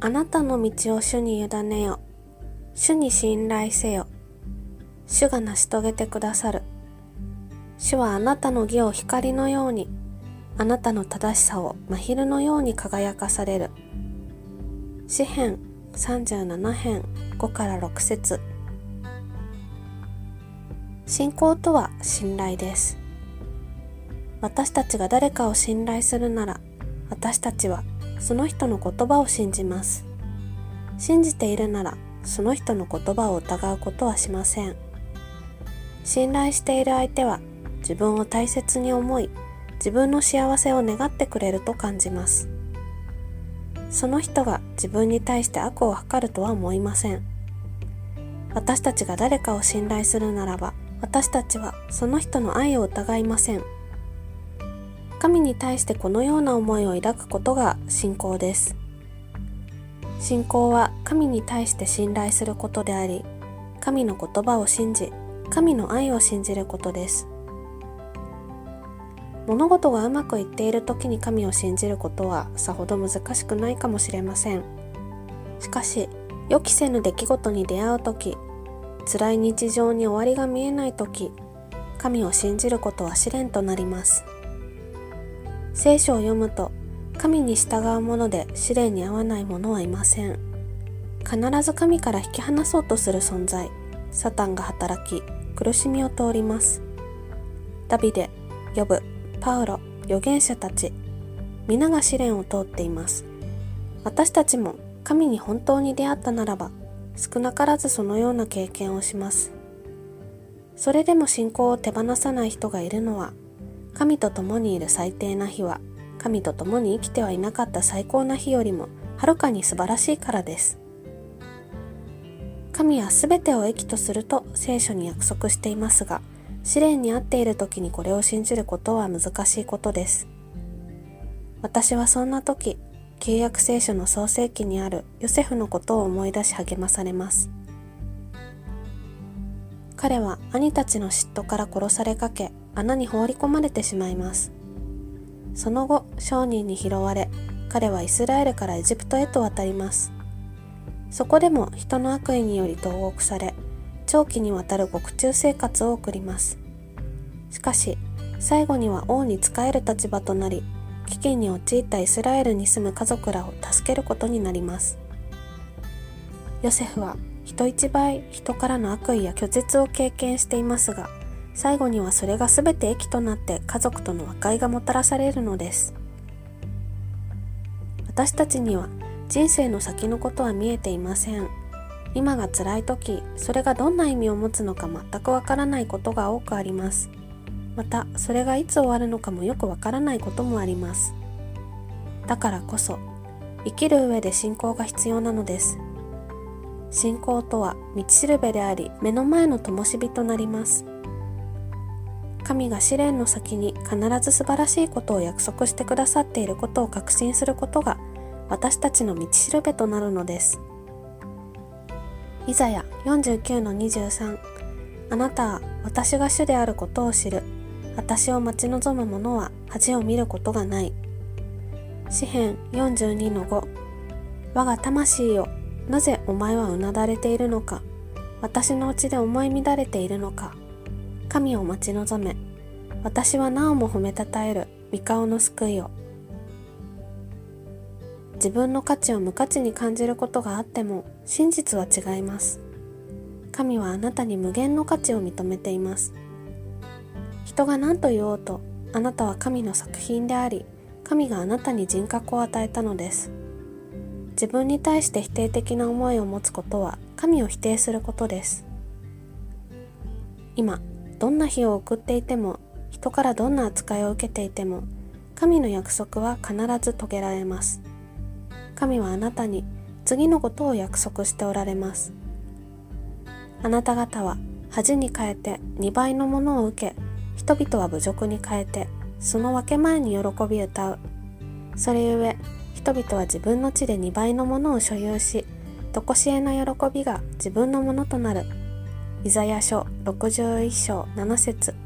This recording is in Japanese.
あなたの道を主に委ねよ。主に信頼せよ。主が成し遂げてくださる。主はあなたの義を光のように、あなたの正しさを真昼のように輝かされる。詩編37編5から6節。信仰とは信頼です。私たちが誰かを信頼するなら、私たちはその人の言葉を信じます。信じているなら、その人の言葉を疑うことはしません。信頼している相手は自分を大切に思い、自分の幸せを願ってくれると感じます。その人が自分に対して悪を図るとは思いません。私たちが誰かを信頼するならば、私たちはその人の愛を疑いません。神に対してこのような思いを抱くことが信仰です。信仰は神に対して信頼することであり、神の言葉を信じ、神の愛を信じることです。物事がうまくいっている時に神を信じることはさほど難しくないかもしれません。しかし、予期せぬ出来事に出会う時、辛い日常に終わりが見えない時、神を信じることは試練となります。聖書を読むと、神に従うもので試練に合わない者はいません。必ず神から引き離そうとする存在、サタンが働き、苦しみを通ります。ダビデ、ヨブ、パウロ、預言者たち、皆が試練を通っています。私たちも神に本当に出会ったならば、少なからずそのような経験をします。それでも信仰を手放さない人がいるのは、神と共にいる最低な日は、神と共に生きてはいなかった最高な日よりもはるかに素晴らしいからです。神はすべてを益とすると聖書に約束していますが、試練に遭っている時にこれを信じることは難しいことです。私はそんな時、旧約聖書の創世記にあるヨセフのことを思い出し励まされます。彼は兄たちの嫉妬から殺されかけ、穴に放り込まれてしまいます。その後、商人に拾われ、彼はイスラエルからエジプトへと渡ります。そこでも人の悪意により投獄され、長期にわたる獄中生活を送ります。しかし、最後には王に仕える立場となり、飢饉に陥ったイスラエルに住む家族らを助けることになります。ヨセフは人一倍人からの悪意や拒絶を経験していますが、最後にはそれが全て益となって家族との和解がもたらされるのです。私たちには人生の先のことは見えていません。今が辛い時、それがどんな意味を持つのか全くわからないことが多くあります。また、それがいつ終わるのかもよくわからないこともあります。だからこそ、生きる上で信仰が必要なのです。信仰とは道しるべであり、目の前の灯火となります。神が試練の先に必ず素晴らしいことを約束してくださっていることを確信することが、私たちの道しるべとなるのです。イザヤ 49-23。あなたは私が主であることを知る。私を待ち望む者は恥を見ることがない。詩編 42-5。我が魂よ、なぜお前はうなだれているのか。私のうちで思い乱れているのか。神を待ち望め。私はなおも褒めたたえる御顔の救いを。自分の価値を無価値に感じることがあっても、真実は違います。神はあなたに無限の価値を認めています。人が何と言おうと、あなたは神の作品であり、神があなたに人格を与えたのです。自分に対して否定的な思いを持つことは、神を否定することです。今、どんな日を送っていても、人からどんな扱いを受けていても、神の約束は必ず遂げられます。神はあなたに次のことを約束しておられます。あなた方は恥に変えて2倍のものを受け、人々は侮辱に変えて、その分け前に喜び歌う。それゆえ、人々は自分の地で2倍のものを所有し、常しえな喜びが自分のものとなる。イザヤ書61章7節。